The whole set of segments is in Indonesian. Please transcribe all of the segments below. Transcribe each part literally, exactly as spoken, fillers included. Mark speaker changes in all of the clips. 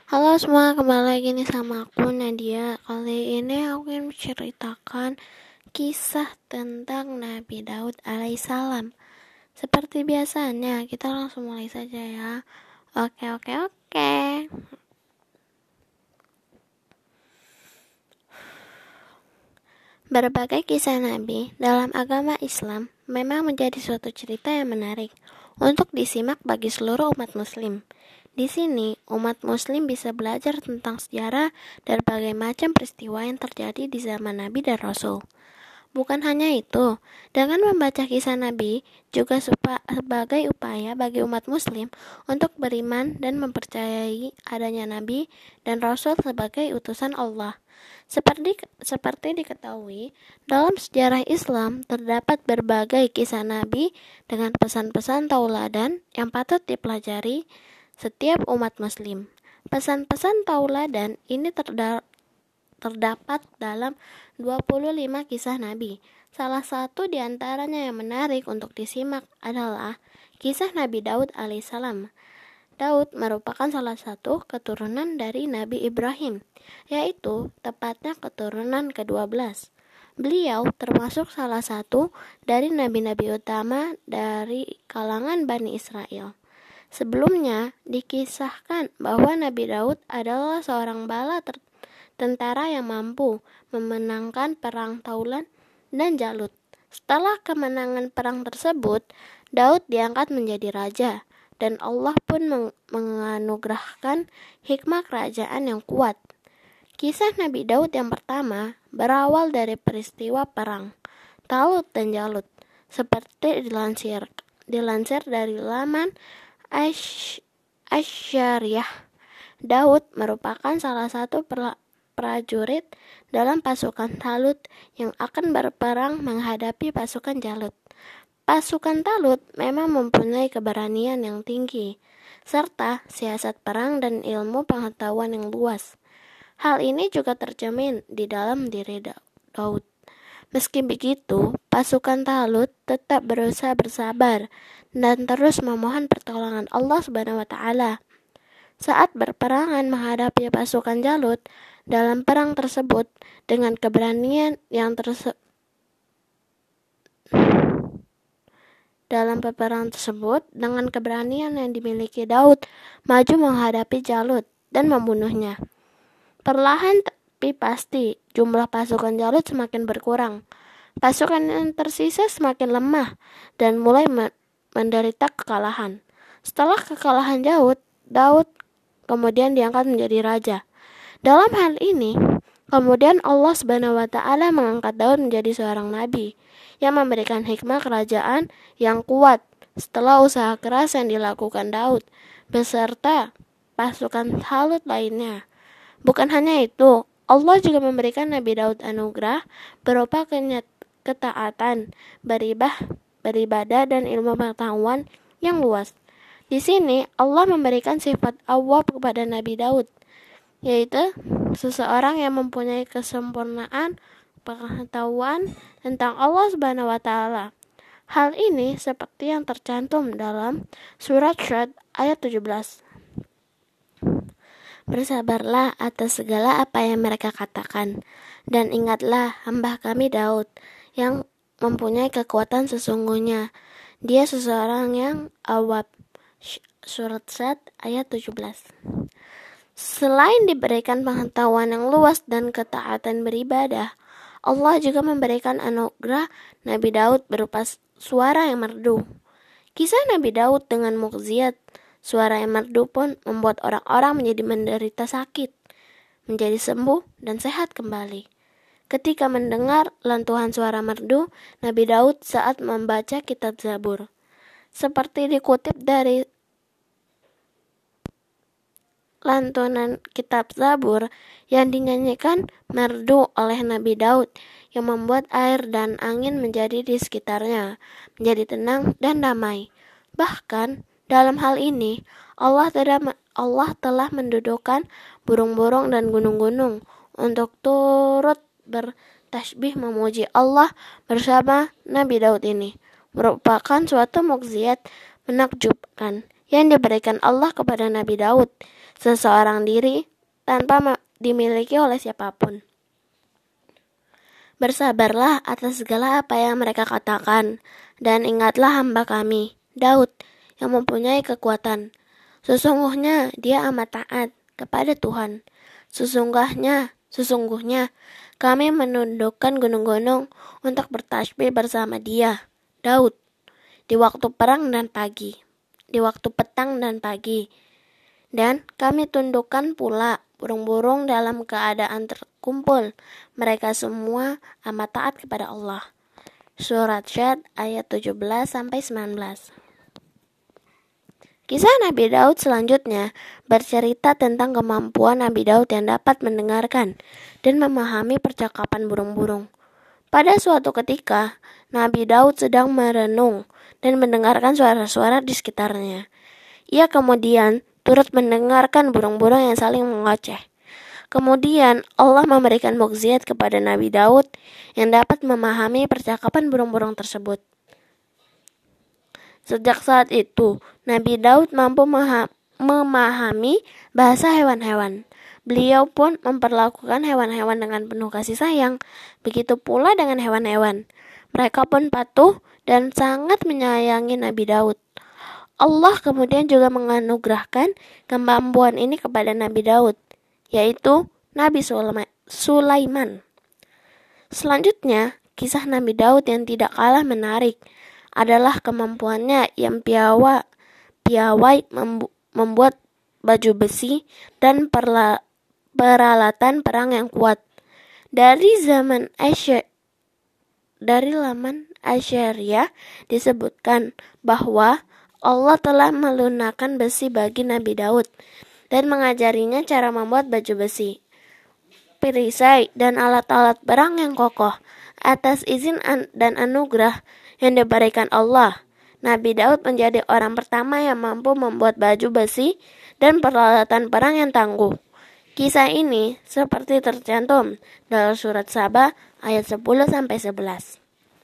Speaker 1: Halo semua, kembali lagi nih sama aku Nadia. Kali ini aku ingin menceritakan kisah tentang Nabi Daud alaihissalam. Seperti biasanya, kita langsung mulai saja ya. Oke, oke, oke. Berbagai kisah Nabi dalam agama Islam memang menjadi suatu cerita yang menarik untuk disimak bagi seluruh umat muslim. Di sini, umat muslim bisa belajar tentang sejarah dan berbagai macam peristiwa yang terjadi di zaman Nabi dan Rasul. Bukan hanya itu, dengan membaca kisah Nabi juga sebagai upaya bagi umat muslim untuk beriman dan mempercayai adanya Nabi dan Rasul sebagai utusan Allah. Seperti, seperti diketahui, dalam sejarah Islam terdapat berbagai kisah Nabi dengan pesan-pesan tauladan yang patut dipelajari setiap umat muslim. Pesan-pesan tauladan ini terdapat terdapat dalam dua puluh lima kisah Nabi. Salah satu di antaranya yang menarik untuk disimak adalah kisah Nabi Daud alaihissalam. Daud merupakan salah satu keturunan dari Nabi Ibrahim, yaitu tepatnya keturunan kedua belas. Beliau termasuk salah satu dari nabi-nabi utama dari kalangan Bani Israel. Sebelumnya dikisahkan bahwa Nabi Daud adalah seorang bala ter tentara yang mampu memenangkan perang Taulan dan Jalut. Setelah kemenangan perang tersebut, Daud diangkat menjadi raja, dan Allah pun meng- menganugerahkan hikmah kerajaan yang kuat. Kisah Nabi Daud yang pertama berawal dari peristiwa perang Talut dan Jalut, seperti dilansir dilansir dari laman Ash, Asyariah. Daud merupakan salah satu perla- prajurit dalam pasukan Talut yang akan berperang menghadapi pasukan Jalut. Pasukan Talut memang mempunyai keberanian yang tinggi, serta siasat perang dan ilmu pengetahuan yang luas. Hal ini juga tercermin di dalam diri Daud. Meski begitu, pasukan Talut tetap berusaha bersabar dan terus memohon pertolongan Allah Subhanahu wa taala. Saat berperangan menghadapi pasukan Jalut dalam perang tersebut, dengan keberanian yang terse- dalam peperangan tersebut dengan keberanian yang dimiliki Daud maju menghadapi Jalut dan membunuhnya. Perlahan tapi pasti jumlah pasukan Jalut semakin berkurang. Pasukan yang tersisa semakin lemah dan mulai menderita kekalahan. Setelah kekalahan Daud, Daud kemudian diangkat menjadi raja. Dalam hal ini, kemudian Allah Subhanahu wa taala mengangkat Daud menjadi seorang nabi yang memberikan hikmah kerajaan yang kuat setelah usaha keras yang dilakukan Daud beserta pasukan Talut lainnya. Bukan hanya itu, Allah juga memberikan Nabi Daud anugerah berupa ketaatan, beribah, beribadah dan ilmu pengetahuan yang luas. Di sini Allah memberikan sifat awwab kepada Nabi Daud, yaitu seseorang yang mempunyai kesempurnaan pengetahuan tentang Allah Subhanahu wa taala. Hal ini seperti yang tercantum dalam surat Syad ayat tujuh belas. Bersabarlah atas segala apa yang mereka katakan, dan ingatlah hamba kami Daud yang mempunyai kekuatan sesungguhnya. Dia seseorang yang awab. Surat Syad ayat tujuh belas. Selain diberikan pengetahuan yang luas dan ketaatan beribadah, Allah juga memberikan anugerah Nabi Daud berupa suara yang merdu. Kisah Nabi Daud dengan mukjizat suara yang merdu pun membuat orang-orang menjadi menderita sakit, menjadi sembuh dan sehat kembali. Ketika mendengar lantunan suara merdu Nabi Daud saat membaca kitab Zabur, seperti dikutip dari lantunan kitab Zabur yang dinyanyikan merdu oleh Nabi Daud yang membuat air dan angin menjadi di sekitarnya menjadi tenang dan damai. Bahkan dalam hal ini Allah telah, Allah telah mendudukkan burung-burung dan gunung-gunung untuk turut bertasbih memuji Allah bersama Nabi Daud ini. Merupakan suatu mukjizat menakjubkan yang diberikan Allah kepada Nabi Daud, seseorang diri tanpa dimiliki oleh siapapun. Bersabarlah atas segala apa yang mereka katakan, dan ingatlah hamba kami, Daud, yang mempunyai kekuatan. Sesungguhnya dia amat taat kepada Tuhan. Sesungguhnya, sesungguhnya kami menundukkan gunung-gunung untuk bertasbih bersama dia, Daud, di waktu perang dan pagi, di waktu petang dan pagi. Dan kami tundukkan pula burung-burung dalam keadaan terkumpul. Mereka semua amat taat kepada Allah. Surat Syad ayat tujuh belas sampai sembilan belas. Kisah Nabi Daud selanjutnya bercerita tentang kemampuan Nabi Daud yang dapat mendengarkan dan memahami percakapan burung-burung. Pada suatu ketika, Nabi Daud sedang merenung dan mendengarkan suara-suara di sekitarnya. Ia kemudian turut mendengarkan burung-burung yang saling mengoceh. Kemudian Allah memberikan mukjizat kepada Nabi Daud yang dapat memahami percakapan burung-burung tersebut. Sejak saat itu, Nabi Daud mampu memahami bahasa hewan-hewan. Beliau pun memperlakukan hewan-hewan dengan penuh kasih sayang. Begitu pula dengan hewan-hewan. Mereka pun patuh dan sangat menyayangi Nabi Daud. Allah kemudian juga menganugerahkan kemampuan ini kepada Nabi Daud, yaitu Nabi Sulaiman. Selanjutnya, kisah Nabi Daud yang tidak kalah menarik adalah kemampuannya yang piawa, piawai membu- membuat baju besi dan perla- peralatan perang yang kuat. Dari zaman Asyir, dari zaman Asyariah disebutkan bahwa Allah telah melunakkan besi bagi Nabi Daud dan mengajarinya cara membuat baju besi, perisai, dan alat-alat perang yang kokoh. Atas izin an- dan anugerah yang diberikan Allah, Nabi Daud menjadi orang pertama yang mampu membuat baju besi dan peralatan perang yang tangguh. Kisah ini seperti tercantum dalam surat Saba ayat sepuluh sampai sebelas.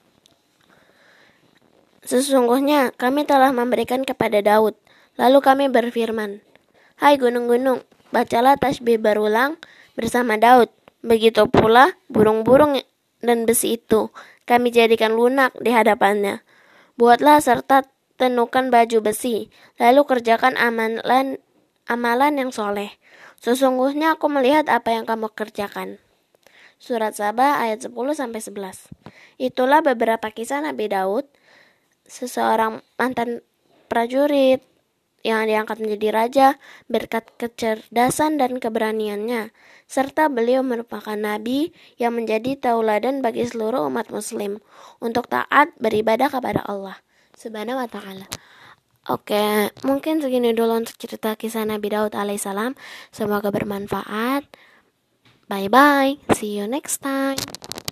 Speaker 1: Sesungguhnya kami telah memberikan kepada Daud, lalu kami berfirman, hai gunung-gunung, bacalah tasbih berulang bersama Daud. Begitu pula burung-burung dan besi itu kami jadikan lunak di hadapannya. Buatlah serta tenukan baju besi, lalu kerjakan amalan amalan yang soleh. Sesungguhnya aku melihat apa yang kamu kerjakan. Surat Saba ayat sepuluh sampai sebelas. Itulah beberapa kisah Nabi Daud, seseorang mantan prajurit yang diangkat menjadi raja berkat kecerdasan dan keberaniannya, serta beliau merupakan nabi yang menjadi tauladan bagi seluruh umat muslim untuk taat beribadah kepada Allah Subhanahu wa ta'ala. Oke, mungkin segini dulu untuk cerita kisah Nabi Daud alaihissalam. Semoga bermanfaat. Bye bye, see you next time.